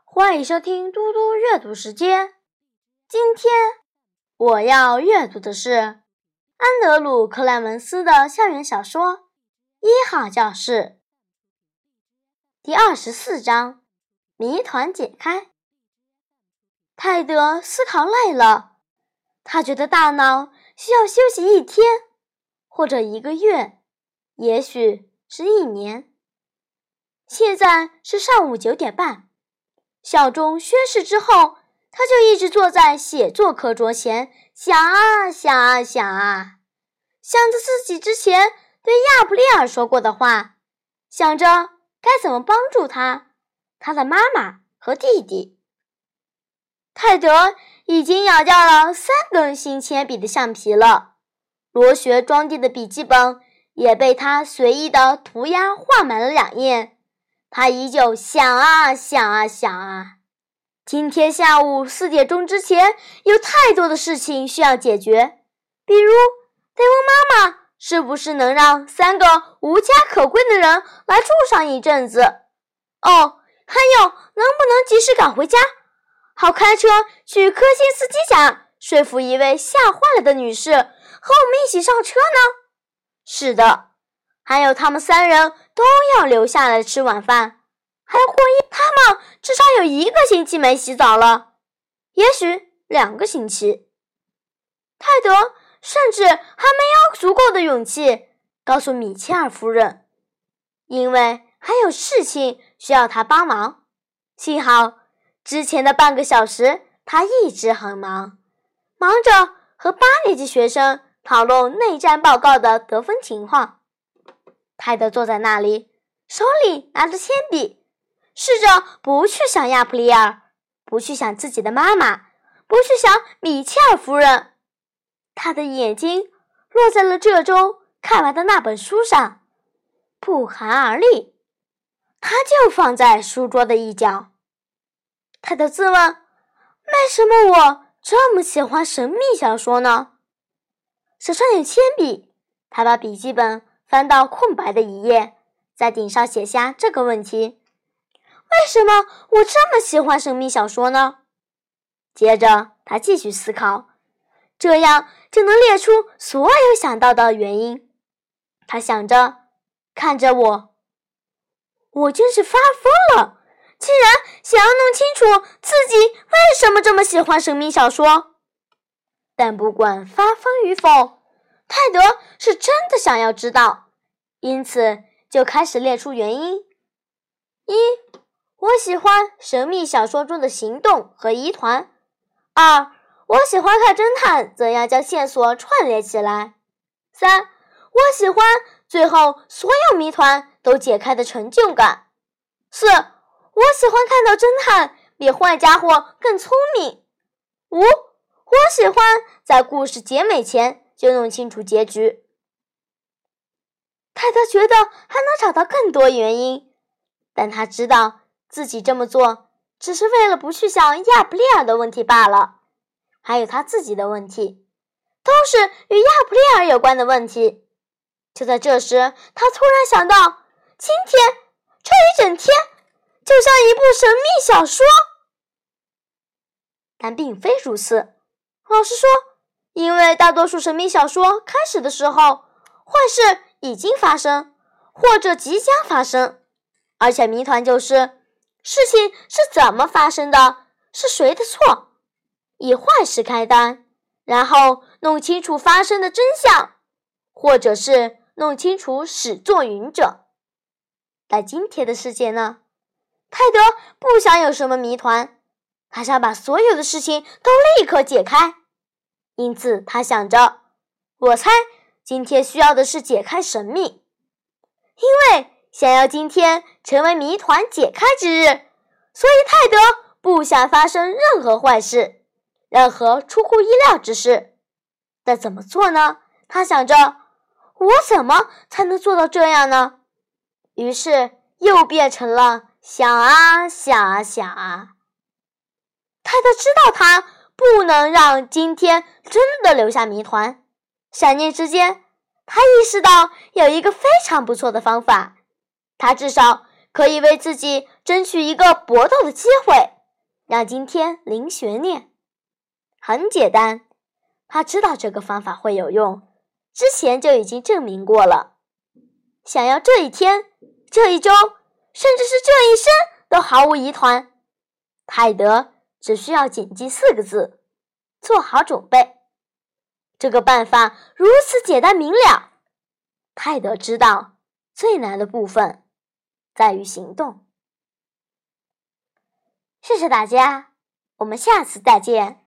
欢迎收听嘟嘟阅读时间。今天我要阅读的是安德鲁·克莱门斯的校园小说《1号教室》第24章谜团解开。泰德思考累了，他觉得大脑需要休息1天，或者1个月，也许是1年。现在是上午9点半。校钟宣誓之后，他就一直坐在写作课桌前，想啊想啊想啊，想着自己之前对亚普利尔说过的话，想着该怎么帮助他的妈妈和弟弟。泰德已经咬掉了3根新铅笔的橡皮了，螺旋装订的笔记本也被他随意的涂鸦画满了2页。他依旧想啊想啊想啊，今天下午4点钟之前有太多的事情需要解决，比如得问妈妈是不是能让3个无家可归的人来住上一阵子。还有能不能及时赶回家，好开车去科辛斯基家说服一位吓坏了的女士和我们一起上车呢？是的，还有他们3人都要留下来吃晚饭，还有他们至少有1个星期没洗澡了，也许2个星期。泰德甚至还没有足够的勇气告诉米切尔夫人，因为还有事情需要他帮忙。幸好之前的半个小时他一直很忙着和8年级学生讨论内战报告的得分情况。泰德坐在那里，手里拿着铅笔，试着不去想亚普利尔，不去想自己的妈妈，不去想米切尔夫人。他的眼睛落在了这周看完的那本书上，不寒而栗。他就放在书桌的一角。泰德自问，为什么我这么喜欢神秘小说呢？手上有铅笔，他把笔记本翻到空白的一页，在顶上写下这个问题：为什么我这么喜欢神秘小说呢？接着他继续思考，这样就能列出所有想到的原因。他想着，看着我真是发疯了，竟然想要弄清楚自己为什么这么喜欢神秘小说。但不管发疯与否，泰德是真的想要知道，因此就开始列出原因。1. 我喜欢神秘小说中的行动和疑团。2. 我喜欢看侦探怎样将线索串联起来。3. 我喜欢最后所有谜团都解开的成就感。4. 我喜欢看到侦探比坏家伙更聪明。5. 我喜欢在故事结尾前就弄清楚结局。泰德觉得还能找到更多原因，但他知道自己这么做只是为了不去想亚普利尔的问题罢了，还有他自己的问题，都是与亚普利尔有关的问题。就在这时，他突然想到，今天这一整天就像一部神秘小说。但并非如此。老实说，因为大多数神秘小说开始的时候，坏事已经发生，或者即将发生，而且谜团就是事情是怎么发生的，是谁的错。以坏事开端，然后弄清楚发生的真相，或者是弄清楚始作俑者。在今天的世界呢，泰德不想有什么谜团，他想把所有的事情都立刻解开。因此他想着，我猜今天需要的是解开神秘，因为想要今天成为谜团解开之日，所以泰德不想发生任何坏事，任何出乎意料之事。但怎么做呢？他想着，我怎么才能做到这样呢？于是又变成了想啊想啊想啊。泰德知道他不能让今天真的留下谜团。闪念之间，他意识到有一个非常不错的方法，他至少可以为自己争取一个搏斗的机会。 让今天零悬念。很简单，他知道这个方法会有用，之前就已经证明过了。想要这一天、这一周，甚至是这一生都毫无疑团，泰德只需要谨记4个字：做好准备。这个办法如此简单明了，泰德知道最难的部分在于行动。谢谢大家，我们下次再见。